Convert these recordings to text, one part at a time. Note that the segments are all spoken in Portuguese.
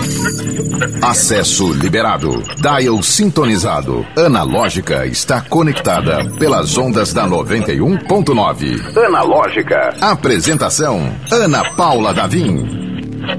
Acesso liberado. Dial sintonizado. Analógica está conectada pelas ondas da 91.9. Analógica. Apresentação: Ana Paula Davim.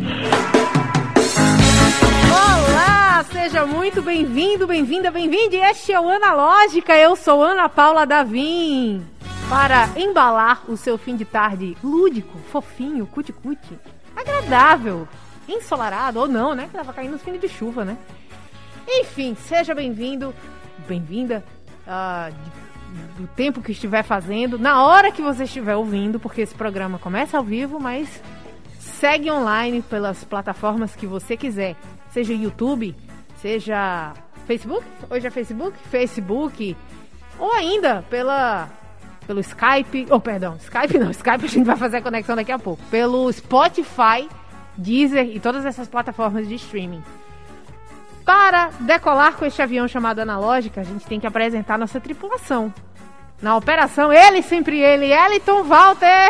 Olá, seja muito bem-vindo, bem-vinda, bem-vinde. Este é o Analógica. Eu sou Ana Paula Davim. Para embalar o seu fim de tarde lúdico, fofinho, cuti-cuti, agradável, ensolarado ou não, né? Que tava caindo os fins de chuva, né? Enfim, seja bem-vindo, bem-vinda do tempo que estiver fazendo, na hora que você estiver ouvindo, porque esse programa começa ao vivo, mas segue online pelas plataformas que você quiser, seja YouTube, seja Facebook, hoje é Facebook, ou ainda pelo Skype, Skype a gente vai fazer a conexão daqui a pouco, pelo Spotify, Deezer e todas essas plataformas de streaming. Para decolar com este avião chamado Analógica, a gente tem que apresentar nossa tripulação. Na operação, sempre ele, Eliton Walter!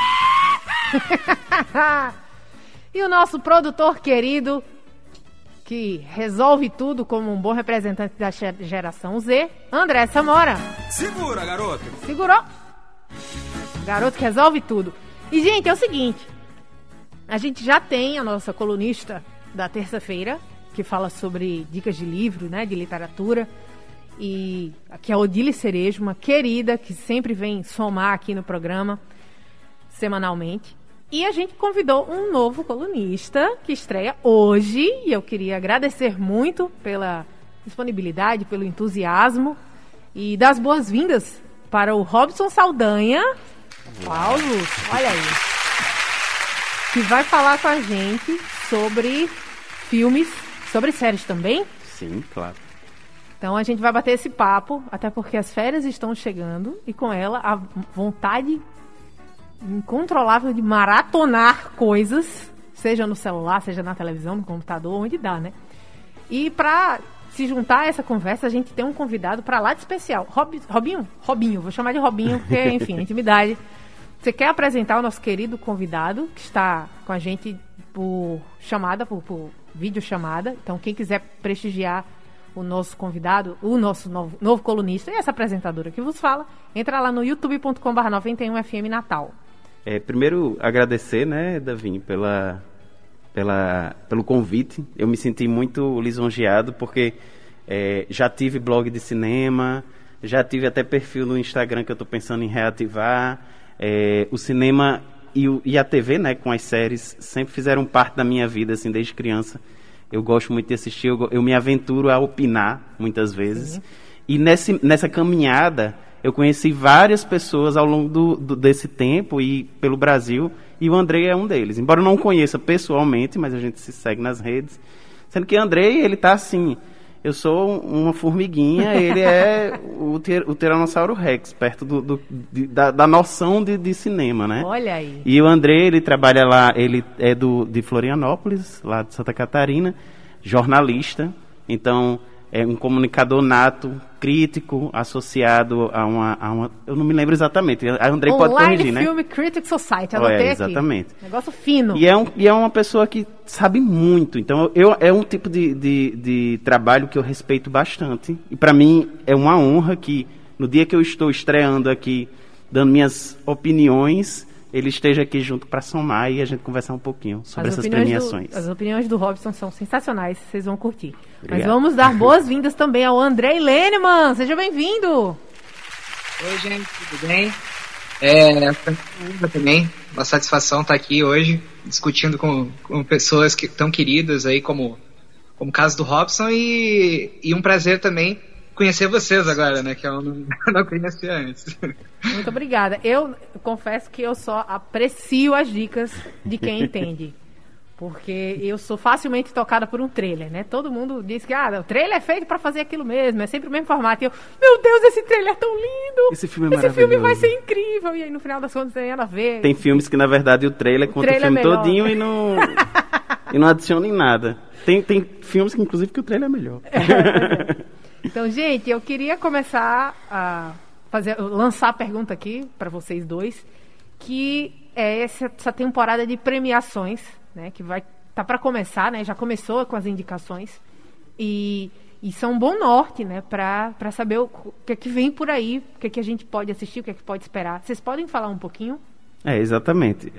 E o nosso produtor querido, que resolve tudo como um bom representante da geração Z, André Samora. Segura, garoto! Segurou! Garoto que resolve tudo. E, gente, é o seguinte, a gente já tem a nossa colunista da terça-feira, que fala sobre dicas de livro, né, de literatura, e aqui é a Odile Cerejo, uma querida que sempre vem somar aqui no programa, semanalmente. E a gente convidou um novo colunista que estreia hoje, e eu queria agradecer muito pela disponibilidade, pelo entusiasmo e das boas-vindas para o Robson Saldanha. Paulo, olha aí, que vai falar com a gente sobre filmes, sobre séries também. Sim, claro. Então a gente vai bater esse papo, até porque as férias estão chegando e com ela a vontade incontrolável de maratonar coisas, seja no celular, seja na televisão, no computador, onde dá, né? E pra se juntar a essa conversa, a gente tem um convidado pra lá de especial. Robinho, vou chamar de Robinho, porque, enfim, a intimidade. Você quer apresentar o nosso querido convidado, que está com a gente por chamada, por videochamada. Então, quem quiser prestigiar o nosso convidado, o nosso novo colunista e essa apresentadora que vos fala, entra lá no youtube.com/91FM Natal. Primeiro, agradecer, né, Davim, pelo convite. Eu me senti muito lisonjeado, porque já tive blog de cinema, já tive até perfil no Instagram que eu estou pensando em reativar. O cinema e a TV, né, com as séries, sempre fizeram parte da minha vida, assim, desde criança. Eu gosto muito de assistir, eu me aventuro a opinar, muitas vezes. Sim. E nessa caminhada, eu conheci várias pessoas ao longo desse tempo e pelo Brasil, e o Andrei é um deles. Embora eu não o conheça pessoalmente, mas a gente se segue nas redes. Sendo que o Andrei, ele tá assim, eu sou uma formiguinha, ele é o Tiranossauro Rex, perto da noção de cinema, né? Olha aí. E o Andrei, ele trabalha lá, ele é de Florianópolis, lá de Santa Catarina, jornalista, então é um comunicador nato, crítico, associado a uma eu não me lembro exatamente, a Andrei pode corrigir, né? Online Film Critics Society, anotei aqui. Exatamente. Negócio fino. E é uma pessoa que sabe muito, então é um tipo de trabalho que eu respeito bastante, e para mim é uma honra que no dia que eu estou estreando aqui, dando minhas opiniões, ele esteja aqui junto para somar e a gente conversar um pouquinho sobre essas premiações. As opiniões do Robson são sensacionais, vocês vão curtir. Obrigado. Mas vamos dar boas-vindas também ao Andrei Leneman. Seja bem-vindo! Oi, gente, tudo bem? Também, uma satisfação estar aqui hoje, discutindo com pessoas tão queridas aí como o caso do Robson, e um prazer também conhecer vocês agora, né, que eu não conhecia antes. Muito obrigada. Eu confesso que eu só aprecio as dicas de quem entende, porque eu sou facilmente tocada por um trailer, né? Todo mundo diz que o trailer é feito pra fazer aquilo mesmo, é sempre o mesmo formato. E eu, meu Deus, esse trailer é tão lindo! Esse filme é maravilhoso. Esse filme vai ser incrível! E aí, no final das contas, tem nada a ver. Tem filmes que, na verdade, o trailer conta o filme todinho e não adiciona em nada. Tem filmes que, inclusive, que o trailer é melhor. Então, gente, eu queria começar a lançar a pergunta aqui para vocês dois, que é essa temporada de premiações, né, que vai tá para começar, né? Já começou com as indicações. E são um bom norte, né? Para saber o que é que vem por aí, o que é que a gente pode assistir, o que é que pode esperar. Vocês podem falar um pouquinho? Exatamente.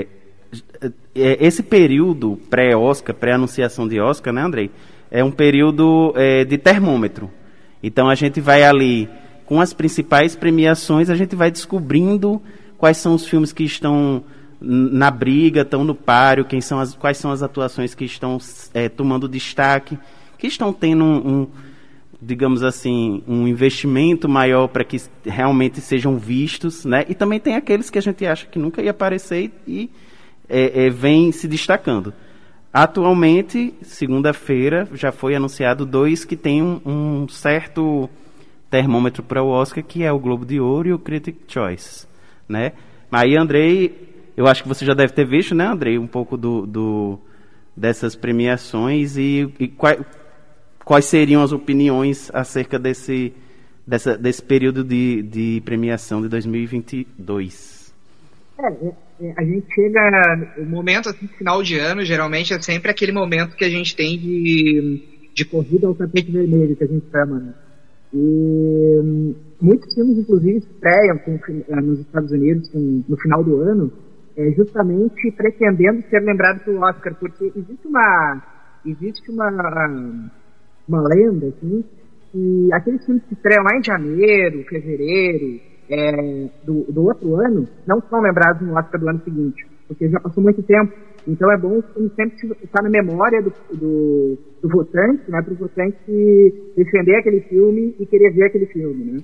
Esse período pré-Oscar, pré-anunciação de Oscar, né, Andrei? É um período de termômetro. Então a gente vai ali, com as principais premiações, a gente vai descobrindo quais são os filmes que estão na briga, estão no páreo, quais são as atuações que estão tomando destaque, que estão tendo digamos assim, um investimento maior para que realmente sejam vistos, né? E também tem aqueles que a gente acha que nunca ia aparecer e vem se destacando. Atualmente, segunda-feira, já foi anunciado 2 que tem um certo termômetro para o Oscar, que é o Globo de Ouro e o Critics' Choice, né? Aí, Andrei, eu acho que você já deve ter visto, né, Andrei, um pouco dessas premiações e quais seriam as opiniões acerca desse período de premiação de 2022? A gente chega, o momento assim, final de ano, geralmente é sempre aquele momento que a gente tem de corrida ao tapete vermelho, que a gente chama, né? E muitos filmes, inclusive, estreiam nos Estados Unidos no final do ano, justamente pretendendo ser lembrado pelo Oscar, porque existe uma lenda, assim, que aqueles filmes que estreiam lá em janeiro, fevereiro, do outro ano, não são lembrados no Oscar do ano seguinte, porque já passou muito tempo. Então é bom o filme sempre estar na memória do votante, né, para o votante defender aquele filme e querer ver aquele filme, né.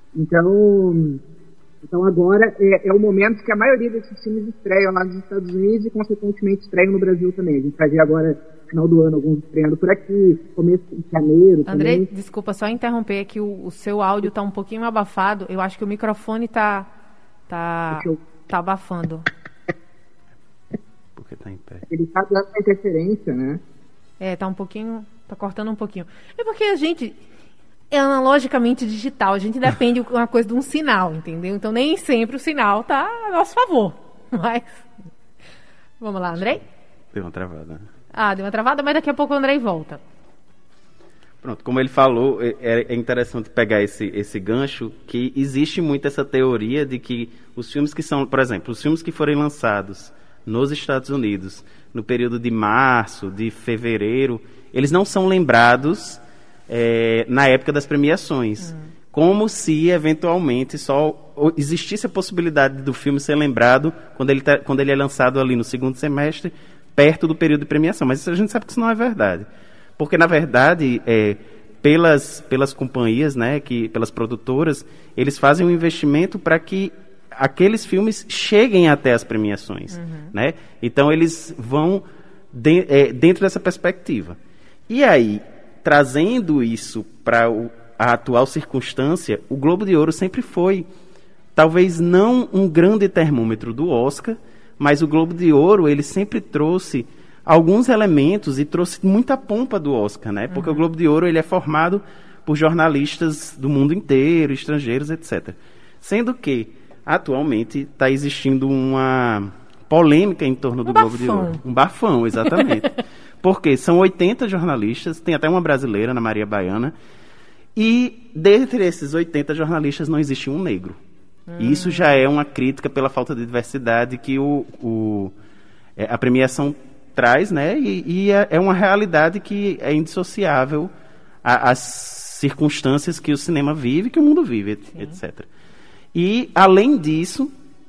Então agora é o momento que a maioria desses filmes estreiam lá nos Estados Unidos e, consequentemente, estreiam no Brasil também. A gente vai ver agora, no final do ano, alguns estreando por aqui, começo de janeiro. Andrei, também. Desculpa só interromper, é que o seu áudio está um pouquinho abafado. Eu acho que o microfone tá abafando. Porque tá em pé. Ele tá dando uma interferência, né? Tá cortando um pouquinho. É porque a gente é analogicamente digital, a gente depende de uma coisa de um sinal, entendeu? Então nem sempre o sinal tá a nosso favor. Mas vamos lá, Andrei? Deu uma travada. Deu uma travada, mas daqui a pouco o Andrei volta. Pronto, como ele falou, é interessante pegar esse gancho, que existe muito essa teoria de que os filmes que são, por exemplo, os filmes que forem lançados nos Estados Unidos no período de março, de fevereiro, eles não são lembrados na época das premiações, como se eventualmente só existisse a possibilidade do filme ser lembrado quando ele é lançado ali no segundo semestre, perto do período de premiação. Mas isso a gente sabe que isso não é verdade, porque na verdade pelas companhias, né, pelas produtoras, eles fazem um investimento para que aqueles filmes cheguem até as premiações, né? Então eles vão dentro dessa perspectiva. E aí, trazendo isso para a atual circunstância, o Globo de Ouro sempre foi, talvez não um grande termômetro do Oscar, mas o Globo de Ouro ele sempre trouxe alguns elementos e trouxe muita pompa do Oscar, né? Porque o Globo de Ouro ele é formado por jornalistas do mundo inteiro, estrangeiros, etc. Sendo que, atualmente, está existindo uma polêmica em torno do Globo de Ouro. Um bafão, exatamente. Porque são 80 jornalistas, tem até uma brasileira, Ana Maria Baiana, e dentre esses 80 jornalistas não existe um negro. E isso já é uma crítica pela falta de diversidade que a premiação traz, né? E é uma realidade que é indissociável às circunstâncias que o cinema vive, que o mundo vive, etc. E, além disso,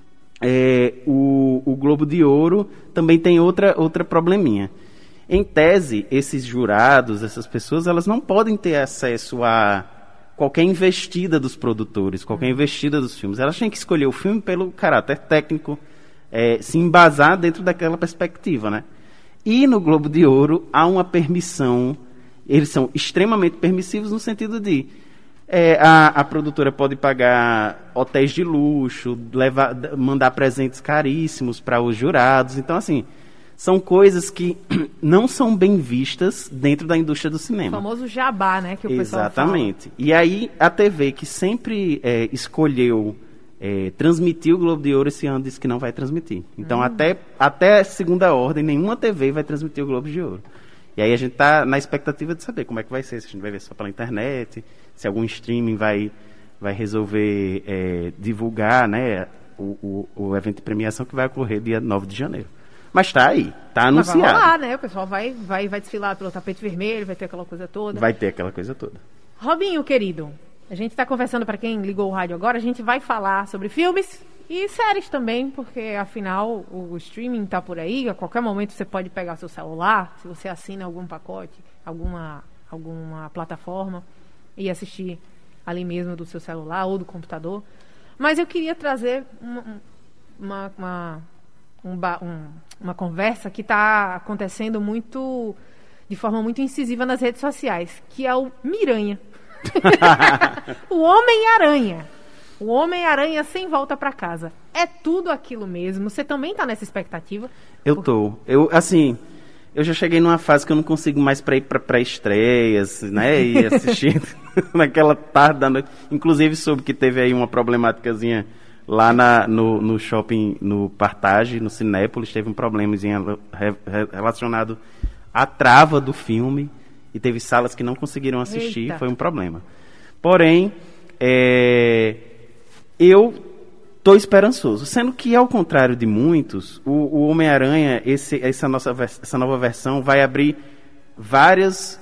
o Globo de Ouro também tem outra probleminha. Em tese, esses jurados, essas pessoas, elas não podem ter acesso a qualquer investida dos produtores, qualquer investida dos filmes. Elas têm que escolher o filme pelo caráter técnico, se embasar dentro daquela perspectiva, né? E no Globo de Ouro há uma permissão, eles são extremamente permissivos no sentido de a produtora pode pagar hotéis de luxo, mandar presentes caríssimos para os jurados. Então, assim, são coisas que não são bem vistas dentro da indústria do cinema. O famoso jabá, né, que o pessoal fala. Exatamente. E aí a TV, que sempre escolheu transmitir o Globo de Ouro esse ano, disse que não vai transmitir. Então, até segunda ordem, nenhuma TV vai transmitir o Globo de Ouro. E aí a gente está na expectativa de saber como é que vai ser, se a gente vai ver só pela internet, se algum streaming vai resolver divulgar, né, o evento de premiação que vai ocorrer dia 9 de janeiro. Mas está aí, está anunciado. Mas vai rolar, né? O pessoal vai desfilar pelo tapete vermelho, vai ter aquela coisa toda. Vai ter aquela coisa toda. Robinho, querido, a gente está conversando, para quem ligou o rádio agora, a gente vai falar sobre filmes e séries também, porque afinal o streaming está por aí, a qualquer momento você pode pegar seu celular, se você assina algum pacote, alguma plataforma, e assistir ali mesmo do seu celular ou do computador. Mas eu queria trazer uma conversa que está acontecendo de forma muito incisiva nas redes sociais, que é o Miranha. O Homem-Aranha. O Homem-Aranha sem volta para casa. É tudo aquilo mesmo? Você também está nessa expectativa? Eu tô. Eu já cheguei numa fase que eu não consigo mais ir para estreias, né? E assistir naquela tarde da noite. Inclusive soube que teve aí uma problemáticazinha lá no shopping, no Partage, no Cinépolis, teve um problemazinho relacionado à trava do filme. E teve salas que não conseguiram assistir. Eita. Foi um problema. Porém, eu estou esperançoso. Sendo que, ao contrário de muitos, o Homem-Aranha, essa nova versão, vai abrir vários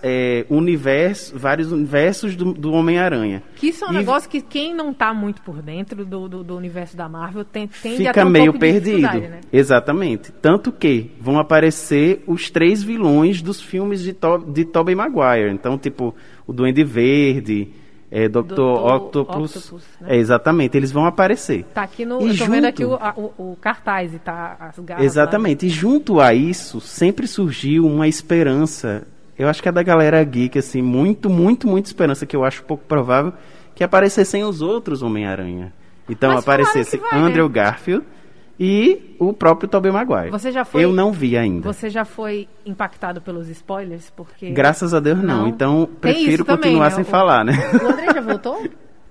universos do Homem-Aranha. Que isso é um negócio que quem não está muito por dentro do universo da Marvel tende fica a ter meio pouco perdido. Né? Exatamente. Tanto que vão aparecer os 3 vilões dos filmes de Tobey Maguire. Então, tipo, o Duende Verde, Dr. Octopus. Né? Exatamente, eles vão aparecer. Tá aqui eu tô vendo aqui o cartaz e tá as garras. Exatamente, lá. E junto a isso, sempre surgiu uma esperança, eu acho que é da galera geek, assim, muito, muito, muito esperança, que eu acho pouco provável, que aparecessem os outros Homem-Aranha. Então, aparecesse Andrew Garfield e o próprio Tobey Maguire. Eu não vi ainda. Você já foi impactado pelos spoilers? Porque... Graças a Deus não. Então prefiro continuar também, né? Sem falar, né? O André já voltou?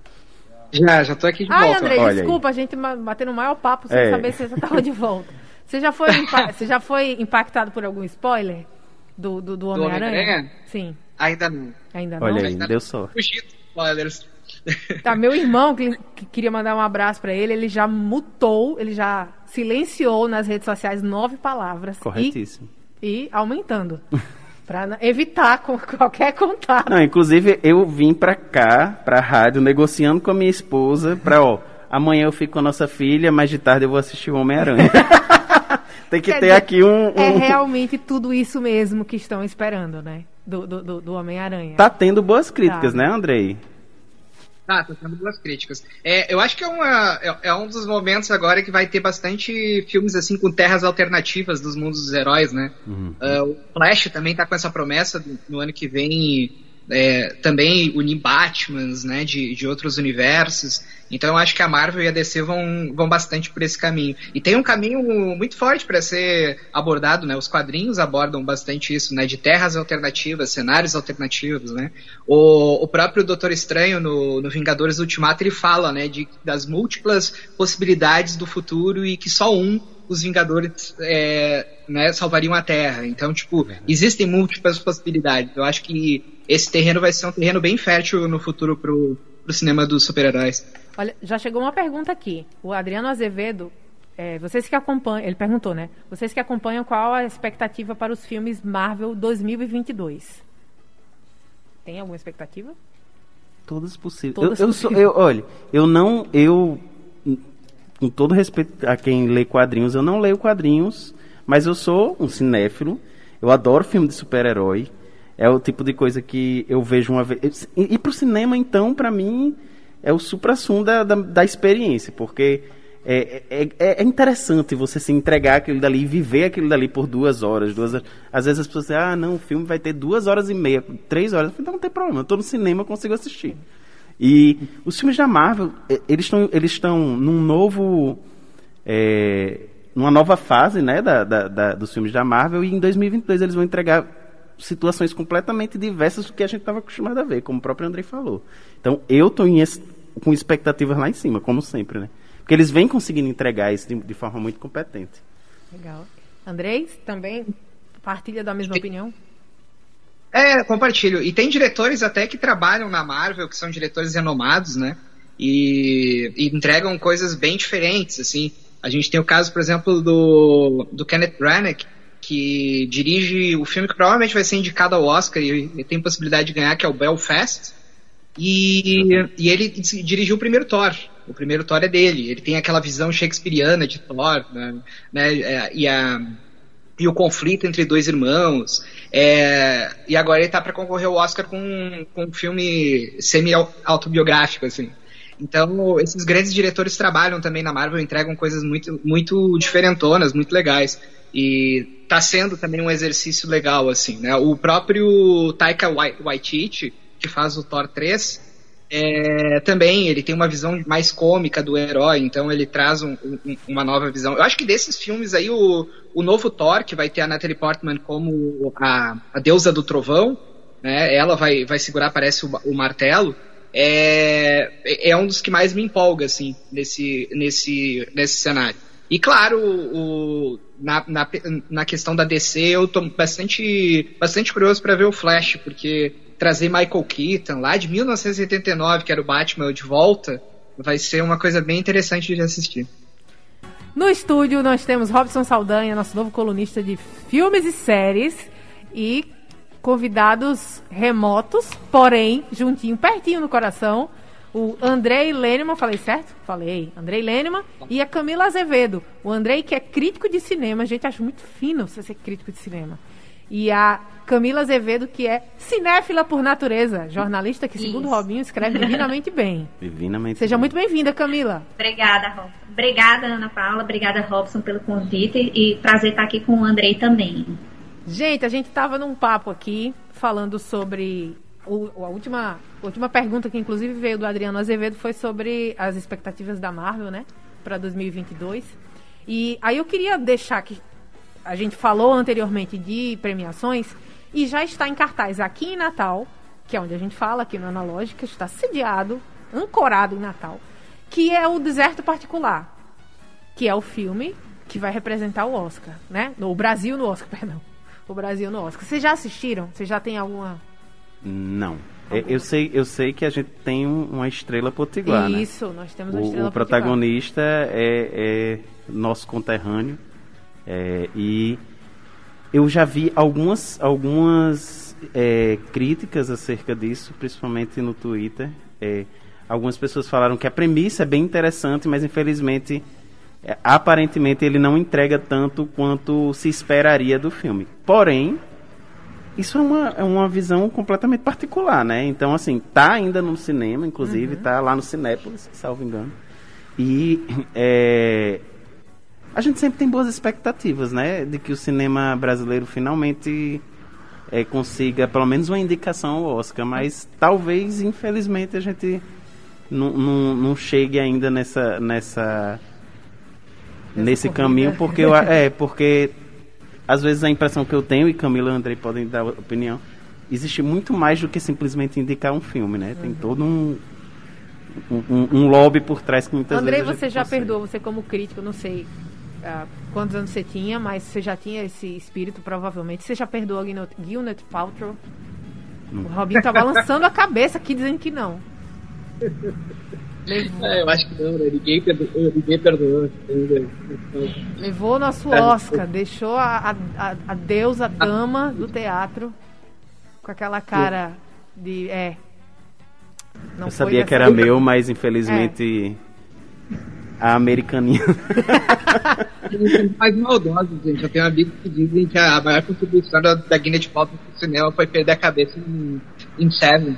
Já tô aqui de volta. André, desculpa, a gente batendo o maior papo sem saber se você estava de volta. Você já foi impactado por algum spoiler do Homem-Aranha? Sim. Ainda não. Olha aí, deu sorte. Fugindo spoilers. Tá, meu irmão, que queria mandar um abraço pra ele já mutou, ele já silenciou nas redes sociais 9 palavras. Corretíssimo. E aumentando. Pra evitar qualquer contato. Não, inclusive, eu vim pra cá, pra rádio, negociando com a minha esposa, amanhã eu fico com a nossa filha, mais de tarde eu vou assistir o Homem-Aranha. Tem que ter aqui É realmente tudo isso mesmo que estão esperando, né? Do Homem-Aranha. Tá tendo boas críticas, né, Andrei? Tá tendo boas críticas. Eu acho que é um dos momentos agora que vai ter bastante filmes assim com terras alternativas dos mundos dos heróis, né? Uhum. O Flash também tá com essa promessa no ano que vem também unir Batmans, né, de outros universos. Então eu acho que a Marvel e a DC vão bastante por esse caminho. E tem um caminho muito forte para ser abordado, né? Os quadrinhos abordam bastante isso, né? De terras alternativas, cenários alternativos, né? O próprio Doutor Estranho no Vingadores Ultimato, ele fala, né, das múltiplas possibilidades do futuro e que só os Vingadores né, salvariam a Terra. Então, tipo, existem múltiplas possibilidades. Eu acho que esse terreno vai ser um terreno bem fértil no futuro pro cinema dos super-heróis. Olha, já chegou uma pergunta aqui. O Adriano Azevedo, vocês que acompanham, ele perguntou, né? Vocês que acompanham, qual a expectativa para os filmes Marvel 2022? Tem alguma expectativa? Todas possíveis. Olha, com todo respeito a quem lê quadrinhos, eu não leio quadrinhos, mas eu sou um cinéfilo, eu adoro filme de super-herói, é o tipo de coisa que eu vejo uma vez. E pro cinema, então, pra mim, é o supra-sumo da experiência, porque é interessante você se entregar aquilo dali e viver aquilo dali por 2 horas. Às vezes as pessoas dizem, não, o filme vai ter 2h30, 3 horas. Eu falei, não tem problema, eu tô no cinema, eu consigo assistir. E os filmes da Marvel, eles estão num novo... numa nova fase, né, dos filmes da Marvel, e em 2022 eles vão entregar situações completamente diversas do que a gente estava acostumado a ver, como o próprio Andrei falou. Então, eu estou com expectativas lá em cima, como sempre, né? Porque eles vêm conseguindo entregar isso de forma muito competente. Legal. Andrei, também partilha da mesma opinião? Compartilho. E tem diretores até que trabalham na Marvel, que são diretores renomados, né? E entregam coisas bem diferentes, assim. A gente tem o caso, por exemplo, do Kenneth Branagh, que dirige o filme que provavelmente vai ser indicado ao Oscar e tem possibilidade de ganhar, que é o Belfast. E ele dirigiu o primeiro Thor. O primeiro Thor é dele. Ele tem aquela visão shakespeariana de Thor, né? E o conflito entre dois irmãos. E agora ele tá para concorrer ao Oscar com um filme semi-autobiográfico, assim. Então, esses grandes diretores trabalham também na Marvel, entregam coisas muito, muito diferentonas, muito legais. E tá sendo também um exercício legal, assim, né? O próprio Taika Waititi, que faz o Thor 3, também ele tem uma visão mais cômica do herói, então ele traz uma nova visão. Eu acho que desses filmes aí, o novo Thor, que vai ter a Natalie Portman como a deusa do trovão, né? Ela vai segurar, parece, o martelo. É um dos que mais me empolga, assim, nesse cenário. E claro, na questão da DC, eu tô bastante curioso para ver o Flash, porque trazer Michael Keaton lá de 1989, que era o Batman, de volta, vai ser uma coisa bem interessante de assistir. No estúdio nós temos Robson Saldanha, nosso novo colunista de filmes e séries, e convidados remotos, porém juntinho, pertinho no coração, o Andrei Lêniman, falei certo? Falei, Andrei Lêniman, e a Camila Azevedo. O Andrei, que é crítico de cinema, gente, acho muito fino você ser crítico de cinema. E a Camila Azevedo, que é cinéfila por natureza, jornalista que, segundo o Robinho, escreve divinamente bem. Divinamente. Seja muito bem-vinda, Camila. Obrigada, Robson. Obrigada, Ana Paula. Obrigada, Robson, pelo convite. E prazer estar aqui com o Andrei também. Gente, a gente estava num papo aqui, falando sobre... A última pergunta, que inclusive veio do Adriano Azevedo, foi sobre as expectativas da Marvel, né? Para 2022. E aí eu queria deixar que... A gente falou anteriormente de premiações e já está em cartaz aqui em Natal, que é onde a gente fala, aqui no Analógica, está sediado, ancorado em Natal, que é o Deserto Particular, que é o filme que vai representar o Oscar, né? O Brasil no Oscar, perdão. O Brasil no Oscar. Vocês já assistiram? Vocês já têm alguma... Não. Eu sei que a gente tem uma estrela potiguar, né? Isso, nós temos uma estrela potiguar. O protagonista é nosso conterrâneo. E eu já vi algumas críticas acerca disso, principalmente no Twitter. Algumas pessoas falaram que a premissa é bem interessante, mas infelizmente, aparentemente, ele não entrega tanto quanto se esperaria do filme. Porém, isso é uma visão completamente particular, né? Então, assim, tá ainda no cinema, inclusive, tá lá no Cinépolis, salvo engano. E a gente sempre tem boas expectativas, né? De que o cinema brasileiro finalmente consiga pelo menos uma indicação ao Oscar, mas talvez, infelizmente, a gente não chegue ainda nesse caminho, porque porque às vezes a impressão que eu tenho, e Camila e Andrei podem dar opinião, existe muito mais do que simplesmente indicar um filme, né? Tem todo um lobby por trás que muitas Andrei, vezes... você já perdoou, você como crítico, não sei quantos anos você tinha, mas você já tinha esse espírito, provavelmente. Você já perdoou a Gwyneth Paltrow? O Robinho tá balançando a cabeça aqui, dizendo que não. Eu acho que não, né? Ninguém perdoou. Levou o nosso Oscar, deixou a deusa, a dama do teatro com aquela cara de... Não eu sabia que era meu, mas infelizmente a americaninha... mais maldosos, gente. Eu tenho amigos que dizem que a maior contribuição da Gwyneth Paltrow pro cinema foi perder a cabeça em Seven.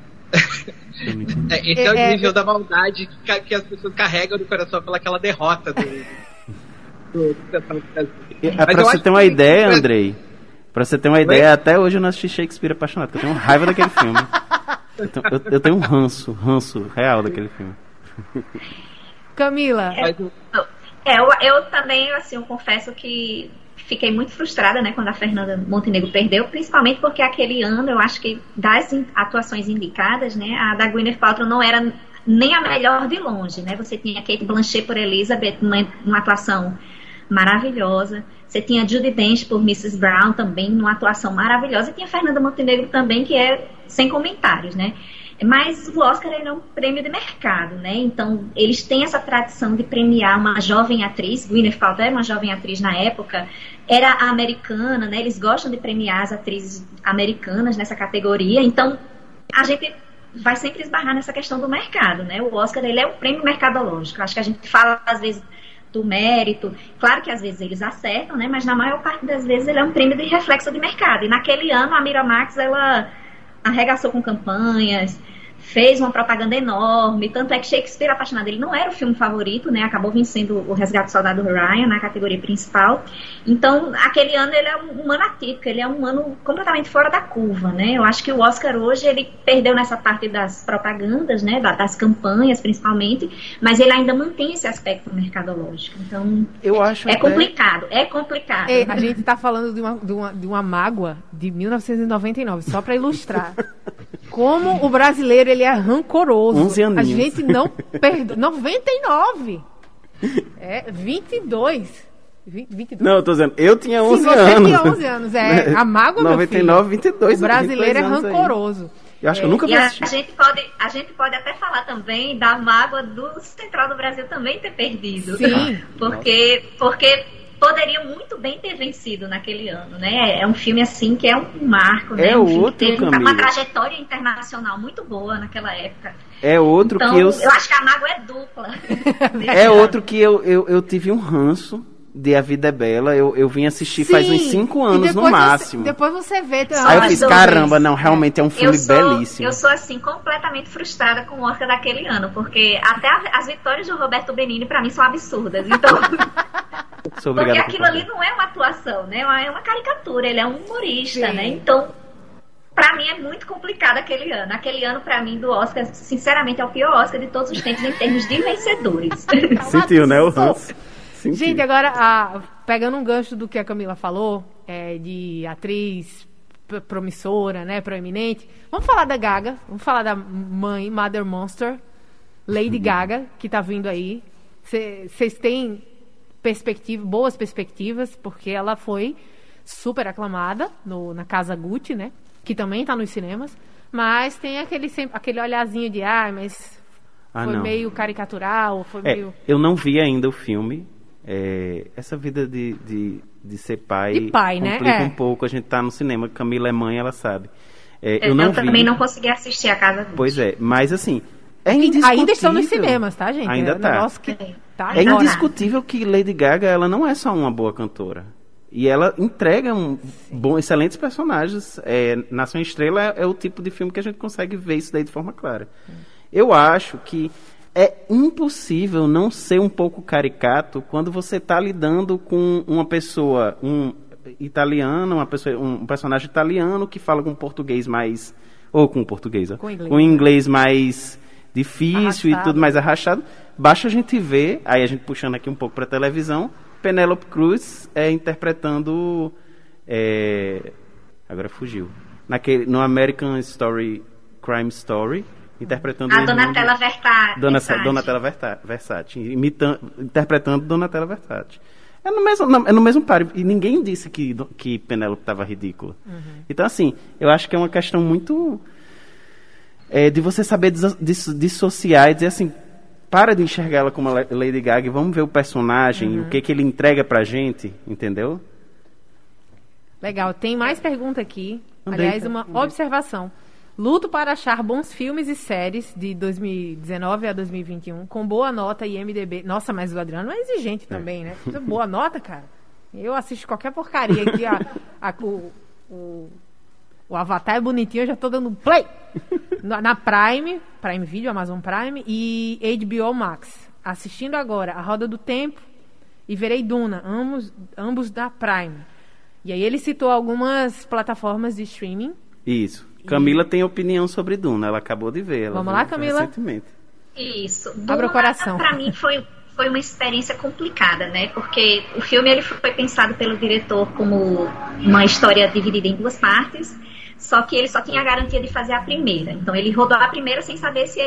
Esse é o nível da maldade que as pessoas carregam no coração pelaquela derrota do pra você ter uma ideia, Andrei, até hoje eu não assisti Shakespeare Apaixonado, porque eu tenho raiva daquele filme. Eu tenho um ranço real daquele filme. Camila. Eu também, assim, eu confesso que fiquei muito frustrada, né, quando a Fernanda Montenegro perdeu, principalmente porque aquele ano, eu acho que das atuações indicadas, né, a da Gwyneth Paltrow não era nem a melhor de longe, né? Você tinha Cate Blanchett por Elizabeth, uma atuação maravilhosa. Você tinha Judi Dench por Mrs. Brown também, numa atuação maravilhosa. E tinha Fernanda Montenegro também, que é sem comentários, né? Mas o Oscar ele é um prêmio de mercado, né? Então, eles têm essa tradição de premiar uma jovem atriz. Gwyneth Paltrow era uma jovem atriz na época, era americana, né? Eles gostam de premiar as atrizes americanas nessa categoria. Então, a gente vai sempre esbarrar nessa questão do mercado, né? O Oscar ele é um prêmio mercadológico. Acho que a gente fala, às vezes, do mérito. Claro que às vezes eles acertam, né? Mas na maior parte das vezes ele é um prêmio de reflexo de mercado. E naquele ano a Miramax, ela arregaçou com campanhas, fez uma propaganda enorme, tanto é que Shakespeare Apaixonado, ele não era o filme favorito, né, acabou vencendo o Resgate do Soldado Ryan na categoria principal. Então, aquele ano ele é um ano atípico, ele é um ano completamente fora da curva, né, eu acho que o Oscar hoje, ele perdeu nessa parte das propagandas, né, das campanhas principalmente, mas ele ainda mantém esse aspecto mercadológico, então eu acho complicado. A gente tá falando de uma mágoa de 1999, só para ilustrar. Como o brasileiro, ele é rancoroso. 11 aninhos. A gente não perdoa. 99. 22. 22. Não, eu tô dizendo, eu tinha 11 Sim, anos. Você tinha 11 anos, a mágoa, 99, 22. O brasileiro é rancoroso. Aí. Eu acho que eu nunca vi assistir. A gente pode até falar também da mágoa do Central do Brasil também ter perdido. Sim. Porque poderia muito bem ter vencido naquele ano, né? É um filme assim que é um marco, né? É um filme outro, que teve Camila. uma trajetória internacional muito boa naquela época. É outro então, que eu acho que a mágoa é dupla. É outro que eu tive um ranço de A Vida é Bela. Eu vim assistir faz uns 5 anos no máximo. Depois você vê. Aí eu fiz, caramba, não, realmente é um filme belíssimo. Eu sou, assim, completamente frustrada com o Oscar daquele ano, porque até as vitórias do Roberto Benigni, pra mim, são absurdas. Então... Porque aquilo ali não é uma atuação, né? É uma caricatura, ele é um humorista, né? Então, pra mim é muito complicado aquele ano. Aquele ano, pra mim, do Oscar, sinceramente, é o pior Oscar de todos os tempos em termos de vencedores. Sentiu, né, o ranço? Gente, agora, pegando um gancho do que a Camila falou, de atriz promissora, né, proeminente, vamos falar da Gaga, vamos falar da mãe, Mother Monster, Lady Gaga, que tá vindo aí. Vocês têm boas perspectivas, porque ela foi super aclamada na Casa Gucci, né? Que também tá nos cinemas, mas tem aquele olhazinho de mas foi meio caricatural, foi meio... Eu não vi ainda o filme. Essa vida de ser pai, de pai, complica né? um pouco. A gente tá no cinema, Camila é mãe, ela sabe. Eu também não consegui assistir a Casa Gucci. Pois é, mas assim, é indiscutível. Ainda estão nos cinemas, tá, gente? Ainda tá. Negócio que tá é indiscutível que Lady Gaga, ela não é só uma boa cantora. E ela entrega excelentes personagens. Nação Estrela é o tipo de filme que a gente consegue ver isso daí de forma clara. Eu acho que é impossível não ser um pouco caricato quando você está lidando com uma pessoa, um personagem italiano que fala com português mais... Ou com português, com inglês mais difícil e tudo mais arrastado. Basta a gente ver, aí a gente puxando aqui um pouco para a televisão, Penélope Cruz interpretando... agora fugiu. No American Crime Story, interpretando... A Donatella Versace. Donatella Versace, interpretando Donatella Versace. É no mesmo páreo. E ninguém disse que Penélope estava ridícula. Então, assim, eu acho que é uma questão muito... de você saber dissociar e dizer assim, para de enxergar ela como Lady Gaga e vamos ver o personagem, o que ele entrega pra gente, entendeu? Legal. Tem mais pergunta aqui. Aliás, uma observação. Luto para achar bons filmes e séries de 2019 a 2021 com boa nota e IMDb. Nossa, mas o Adriano é exigente também, né? Boa nota, cara. Eu assisto qualquer porcaria aqui. O Avatar é bonitinho, eu já tô dando play. Na Prime Video, Amazon Prime e HBO Max. Assistindo agora A Roda do Tempo e verei Duna, ambos da Prime. E aí ele citou algumas plataformas de streaming. Isso. Camila tem opinião sobre Duna, ela acabou de ver. Vamos lá, Camila? Recentemente. Isso. Abra o coração. Pra mim foi uma experiência complicada, né? Porque o filme ele foi pensado pelo diretor como uma história dividida em 2 partes, só que ele só tinha a garantia de fazer a primeira. Então ele rodou a primeira sem saber se ele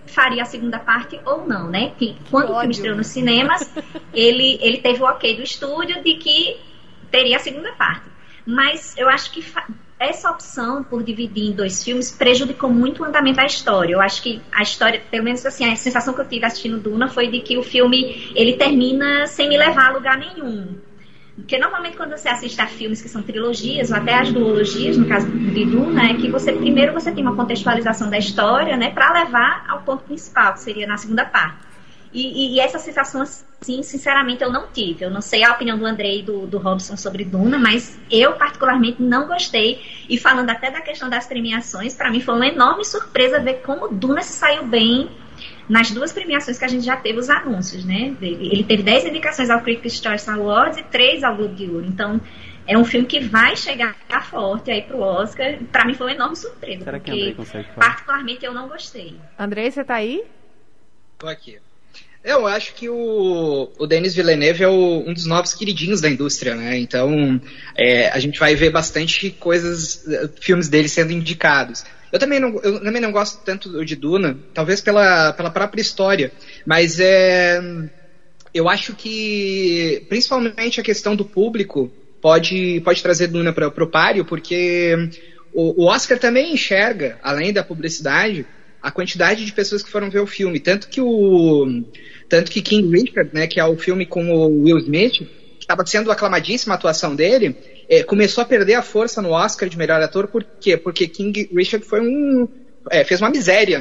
faria a segunda parte ou não, né? Que quando o filme estreou nos cinemas, ele teve o ok do estúdio de que teria a segunda parte. Mas eu acho que essa opção por dividir em 2 filmes prejudicou muito o andamento da história. Eu acho que a história, pelo menos assim, a sensação que eu tive assistindo Duna foi de que o filme, ele termina sem me levar a lugar nenhum. Porque normalmente quando você assiste a filmes que são trilogias, ou até as duologias, no caso de Duna, é que primeiro você tem uma contextualização da história, né, para levar ao ponto principal, que seria na segunda parte. E essa sensação, assim, sinceramente, eu não tive. Eu não sei a opinião do Andrei e do Robson sobre Duna, mas eu, particularmente, não gostei. E falando até da questão das premiações, para mim foi uma enorme surpresa ver como Duna se saiu bem nas 2 premiações que a gente já teve os anúncios, né? Ele teve 10 indicações ao Critics' Choice Awards e 3 ao Globo de Ouro. Então, é um filme que vai chegar forte aí pro Oscar. Para mim foi uma enorme surpresa. Será que porque, Andrei consegue falar? Particularmente, eu não gostei. Andrei, você tá aí? Tô aqui. Eu acho que o Denis Villeneuve é um dos novos queridinhos da indústria, né? Então, a gente vai ver bastante filmes dele sendo indicados. Eu também não gosto tanto de Duna, talvez pela própria história, mas eu acho que, principalmente a questão do público, pode trazer Duna para o páreo, porque o Oscar também enxerga, além da publicidade, a quantidade de pessoas que foram ver o filme. Tanto que King Richard, né, que é o filme com o Will Smith, que estava sendo aclamadíssima a atuação dele, começou a perder a força no Oscar de melhor ator. Por quê? Porque King Richard fez uma miséria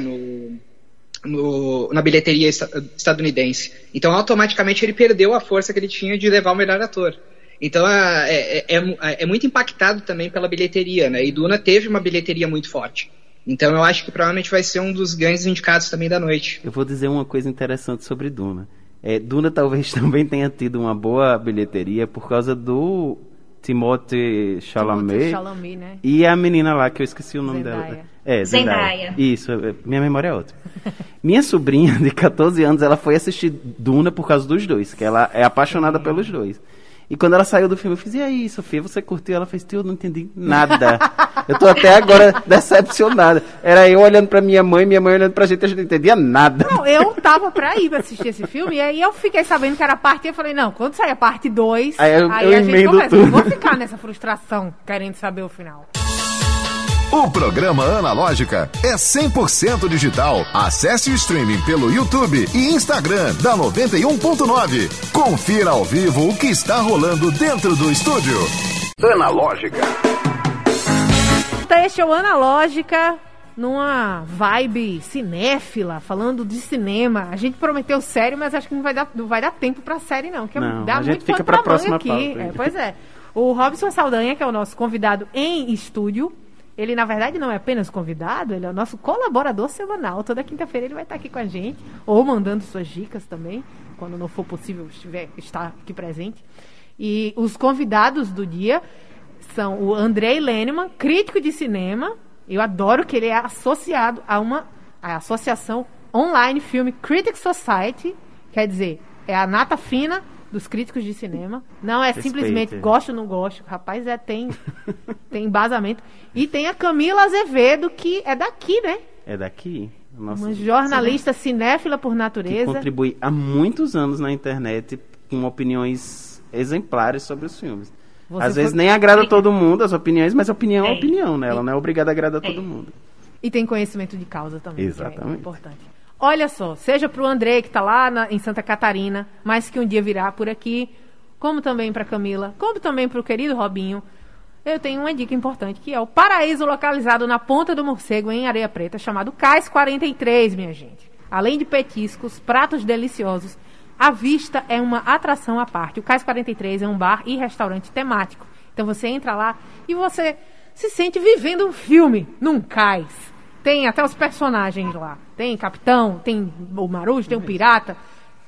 na bilheteria estadunidense. Então, automaticamente, ele perdeu a força que ele tinha de levar o melhor ator. Então, é muito impactado também pela bilheteria, né? E Duna teve uma bilheteria muito forte. Então eu acho que provavelmente vai ser um dos grandes indicados também da noite. Eu vou dizer uma coisa interessante sobre Duna. Duna talvez também tenha tido uma boa bilheteria por causa do Timothée Chalamet, né? E a menina lá, que eu esqueci o nome dela. Zendaya. Isso, minha memória é ótima. Minha sobrinha de 14 anos, ela foi assistir Duna por causa dos dois, que ela é apaixonada pelos dois. E quando ela saiu do filme, eu fiz, e aí, Sofia, você curtiu? Ela fez, tio, eu não entendi nada. Eu tô até agora decepcionada. Era eu olhando pra minha mãe olhando pra gente, a gente não entendia nada. Não, eu tava pra ir assistir esse filme, e aí eu fiquei sabendo que era a parte 1, eu falei, não, quando sair a parte 2, aí a gente começa. Eu vou ficar nessa frustração, querendo saber o final. O programa Analógica é 100% digital. Acesse o streaming pelo YouTube e Instagram da 91.9. Confira ao vivo o que está rolando dentro do estúdio. Analógica. Este é o Analógica, numa vibe cinéfila, falando de cinema. A gente prometeu sério, mas acho que não vai dar tempo pra série, não. Que não, dá a gente muito fica pra próxima aqui. pauta. Pois é. O Robson Saldanha, que é o nosso convidado em estúdio, ele, na verdade, não é apenas convidado, ele é o nosso colaborador semanal. Toda quinta-feira ele vai estar aqui com a gente, ou mandando suas dicas também, quando não for possível estar aqui presente. E os convidados do dia são o Andrei Lenneman, crítico de cinema. Eu adoro que ele é associado a Associação Online Film Critics Society, quer dizer, é a nata fina dos críticos de cinema. Não é simplesmente gosto ou não gosto. Rapaz, tem embasamento. E tem a Camila Azevedo, que é daqui, né? É daqui. Uma jornalista cinéfila por natureza. Que contribui há muitos anos na internet com opiniões exemplares sobre os filmes. Às vezes nem agrada todo mundo as opiniões, mas opinião é opinião, né? Ela não é obrigada a agradar todo mundo. E tem conhecimento de causa também. Exatamente. Que é importante. Olha só, seja para o André, que está lá em Santa Catarina, mas que um dia virá por aqui, como também para Camila, como também para o querido Robinho, eu tenho uma dica importante, que é o paraíso localizado na Ponta do Morcego, em Areia Preta, chamado Cais 43, minha gente. Além de petiscos, pratos deliciosos, a vista é uma atração à parte. O Cais 43 é um bar e restaurante temático. Então você entra lá e você se sente vivendo um filme num cais. Tem até os personagens lá. Tem capitão, tem o Marujo, tem o pirata.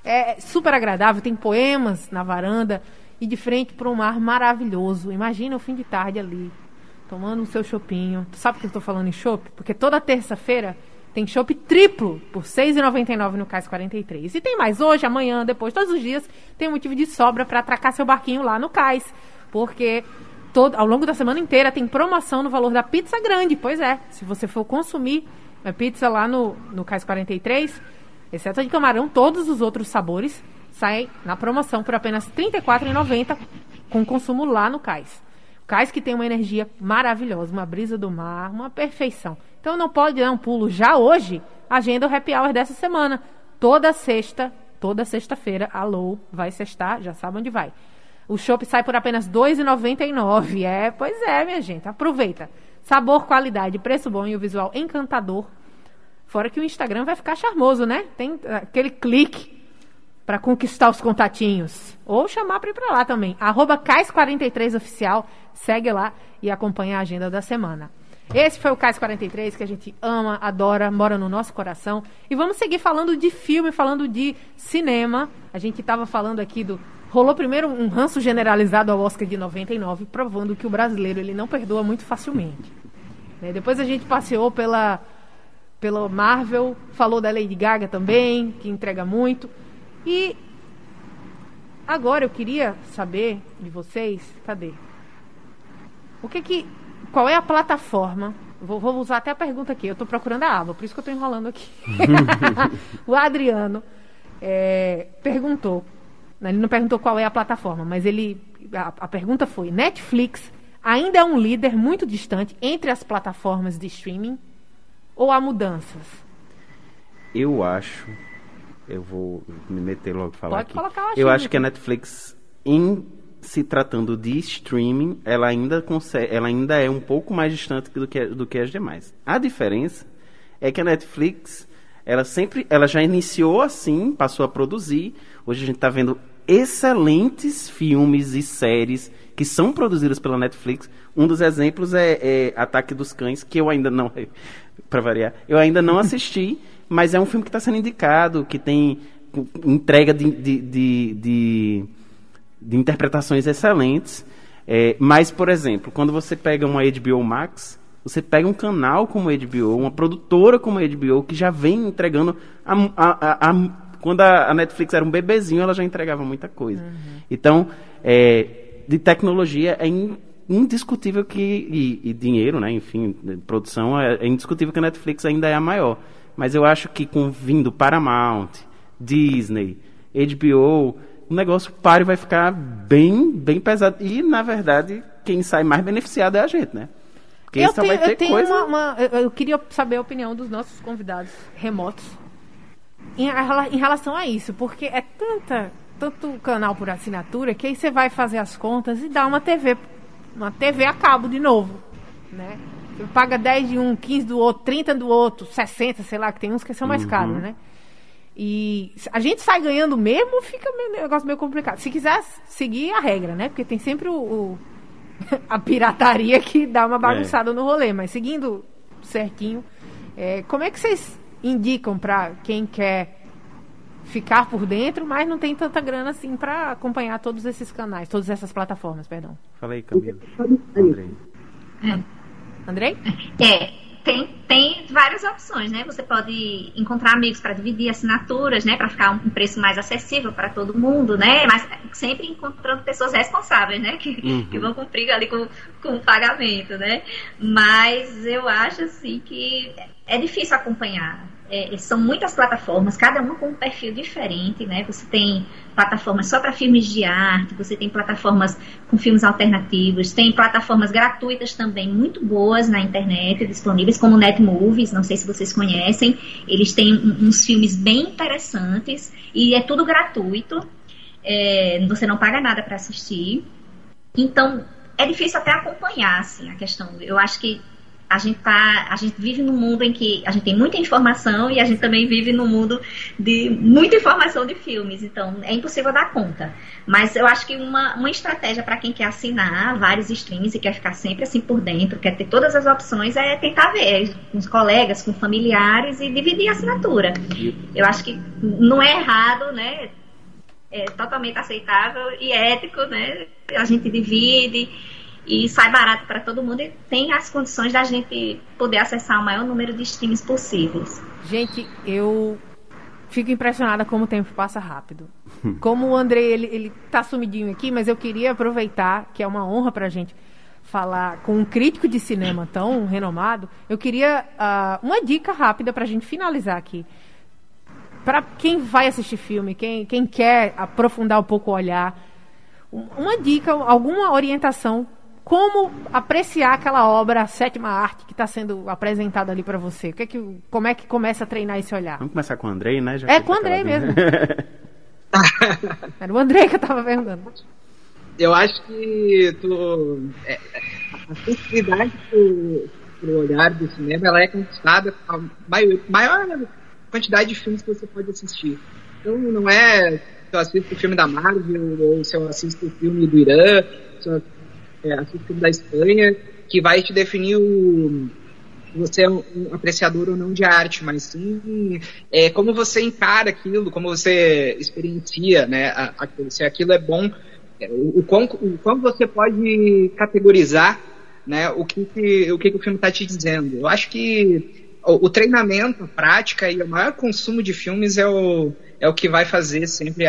É super agradável, tem poemas na varanda e de frente para um mar maravilhoso. Imagina o fim de tarde ali, tomando o seu chopinho. Tu sabe por que eu estou falando em chopp? Porque toda terça-feira tem chopp triplo por R$ 6,99 no Cais 43. E tem mais hoje, amanhã, depois, todos os dias tem motivo de sobra para atracar seu barquinho lá no Cais. Porque ao longo da semana inteira tem promoção no valor da pizza grande. Pois é, se você for consumir A pizza lá no Cais 43, exceto a de camarão, todos os outros sabores saem na promoção por apenas R$ 34,90 com consumo lá no Cais. O Cais que tem uma energia maravilhosa, uma brisa do mar, uma perfeição. Então não pode dar um pulo já hoje, agenda o Happy Hour dessa semana. Toda sexta-feira, alô, vai sextar, já sabe onde vai. O chopp sai por apenas R$ 2,99. Pois é, minha gente, aproveita. Sabor, qualidade, preço bom e o visual encantador. Fora que o Instagram vai ficar charmoso, né? Tem aquele clique para conquistar os contatinhos. Ou chamar para ir para lá também. @Cais43oficial. Segue lá e acompanha a agenda da semana. Esse foi o Cais 43, que a gente ama, adora, mora no nosso coração. E vamos seguir falando de filme, falando de cinema. A gente estava falando aqui rolou primeiro um ranço generalizado ao Oscar de 99, provando que o brasileiro ele não perdoa muito facilmente. Depois a gente passeou pela Marvel, falou da Lady Gaga também, que entrega muito. E agora eu queria saber de vocês, cadê? Qual é a plataforma? Vou usar até a pergunta aqui, eu estou procurando a aba, por isso que eu estou enrolando aqui. O Adriano perguntou, ele não perguntou qual é a plataforma, mas a pergunta foi: Netflix ainda é um líder muito distante entre as plataformas de streaming ou há mudanças? Eu acho, eu vou me meter logo e falar Pode aqui. Colocar a eu acho que a Netflix, se tratando de streaming, ela ainda é um pouco mais distante do que as demais. A diferença é que a Netflix, ela já iniciou assim, passou a produzir. Hoje a gente está vendo excelentes filmes e séries que são produzidas pela Netflix. Um dos exemplos é Ataque dos Cães, que eu ainda não, para variar, eu ainda não assisti, mas é um filme que está sendo indicado, que tem entrega de interpretações excelentes. Mas, por exemplo, quando você pega uma HBO Max, você pega um canal como a HBO, uma produtora como a HBO, que já vem entregando... Quando a Netflix era um bebezinho, ela já entregava muita coisa. Uhum. Então, de tecnologia, é indiscutível e dinheiro, né, enfim, produção, é indiscutível que a Netflix ainda é a maior. Mas eu acho que vindo Paramount, Disney, HBO... o negócio vai ficar bem, bem pesado. E, na verdade, quem sai mais beneficiado é a gente, né? Porque eu queria saber a opinião dos nossos convidados remotos em relação a isso, porque é tanto canal por assinatura que aí você vai fazer as contas e dá uma TV a cabo de novo, né? Você paga 10 de um, 15 do outro, 30 do outro, 60, sei lá, que tem uns que são mais caros, né? E a gente sai ganhando mesmo, fica um negócio meio complicado. Se quiser seguir a regra, né? Porque tem sempre a pirataria que dá uma bagunçada no rolê. Mas seguindo certinho, como é que vocês indicam para quem quer ficar por dentro, mas não tem tanta grana assim para acompanhar todos esses canais, todas essas plataformas, perdão? Fala aí, Camila. Andrei? Tem várias opções, né? Você pode encontrar amigos para dividir assinaturas, né? Para ficar um preço mais acessível para todo mundo, né? Mas sempre encontrando pessoas responsáveis, né? Que vão cumprir ali com o pagamento, né? Mas eu acho, assim, que é difícil acompanhar. São muitas plataformas, cada uma com um perfil diferente, né? Você tem plataformas só para filmes de arte, você tem plataformas com filmes alternativos, tem plataformas gratuitas também muito boas na internet, disponíveis, como o Netmovies, não sei se vocês conhecem. Eles têm uns filmes bem interessantes e é tudo gratuito, você não paga nada para assistir. Então, é difícil até acompanhar, assim, a questão. Eu acho que a gente vive num mundo em que a gente tem muita informação e a gente também vive num mundo de muita informação de filmes, então é impossível dar conta. Mas eu acho que uma estratégia para quem quer assinar vários streams e quer ficar sempre assim por dentro, quer ter todas as opções, é tentar ver com os colegas, com familiares e dividir a assinatura. Eu acho que não é errado, né? É totalmente aceitável e ético, né? A gente divide e sai barato para todo mundo e tem as condições da gente poder acessar o maior número de streams possíveis. Gente, eu fico impressionada como o tempo passa rápido. Como o Andrei, ele tá sumidinho aqui, mas eu queria aproveitar, que é uma honra pra gente, falar com um crítico de cinema tão renomado, eu queria uma dica rápida para a gente finalizar aqui. Para quem vai assistir filme, quem quer aprofundar um pouco o olhar, uma dica, alguma orientação, como apreciar aquela obra, a sétima arte que está sendo apresentada ali para você. Como é que começa a treinar esse olhar? Vamos começar com o Andrei, né? Com o Andrei mesmo. Era o Andrei que eu estava perguntando. Eu acho que a sensibilidade pro olhar do cinema, ela é conquistada com a maior quantidade de filmes que você pode assistir. Então não é se eu assisto o filme da Marvel, ou se eu assisto o filme do Irã, se eu assisto o filme da Espanha, que vai te definir você é um apreciador ou não de arte, mas sim como você encara aquilo, como você experiencia, né, se aquilo é bom, o quão você pode categorizar, né, o que o filme está te dizendo. Eu acho que o treinamento, a prática e o maior consumo de filmes é o que vai fazer sempre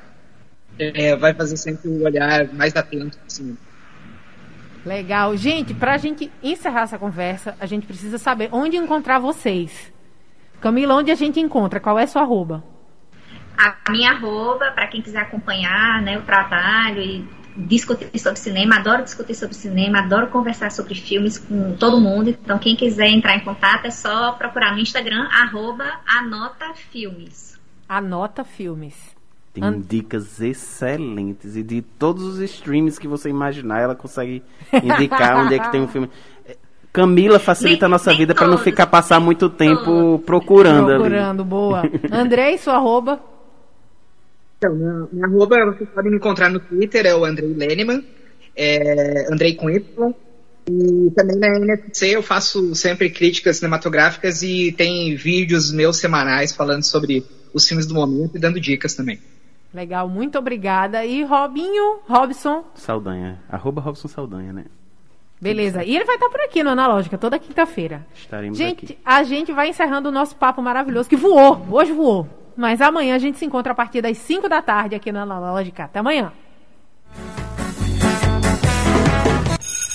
o olhar mais atento assim. Legal. Gente, pra gente encerrar essa conversa, a gente precisa saber onde encontrar vocês. Camila, onde a gente encontra? Qual é a sua arroba? A minha arroba, para quem quiser acompanhar, né, o trabalho e discutir sobre cinema, adoro discutir sobre cinema, adoro conversar sobre filmes com todo mundo. Então, quem quiser entrar em contato é só procurar no Instagram, @anotafilmes. Anota Filmes. Tem dicas excelentes. E de todos os streams que você imaginar, ela consegue indicar onde é que tem um filme. Camila facilita a nossa vida para não ficar passar muito tempo procurando ali. Boa. Andrei, sua arroba? Então, minha arroba, vocês podem me encontrar no Twitter, é o Andrei Lehnemann, Andrei com Y. E também na NFC eu faço sempre críticas cinematográficas e tem vídeos meus semanais falando sobre os filmes do momento e dando dicas também. Legal, muito obrigada. E Robson? Saldanha, @Robson Saldanha, né? Beleza, e ele vai estar por aqui no Analógica, toda quinta-feira. Estaremos aqui. Gente, a gente vai encerrando o nosso papo maravilhoso, que voou, hoje voou. Mas amanhã a gente se encontra a partir das 5 da tarde aqui no Analógica. Até amanhã.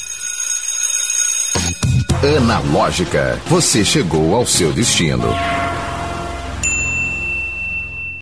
Analógica, você chegou ao seu destino.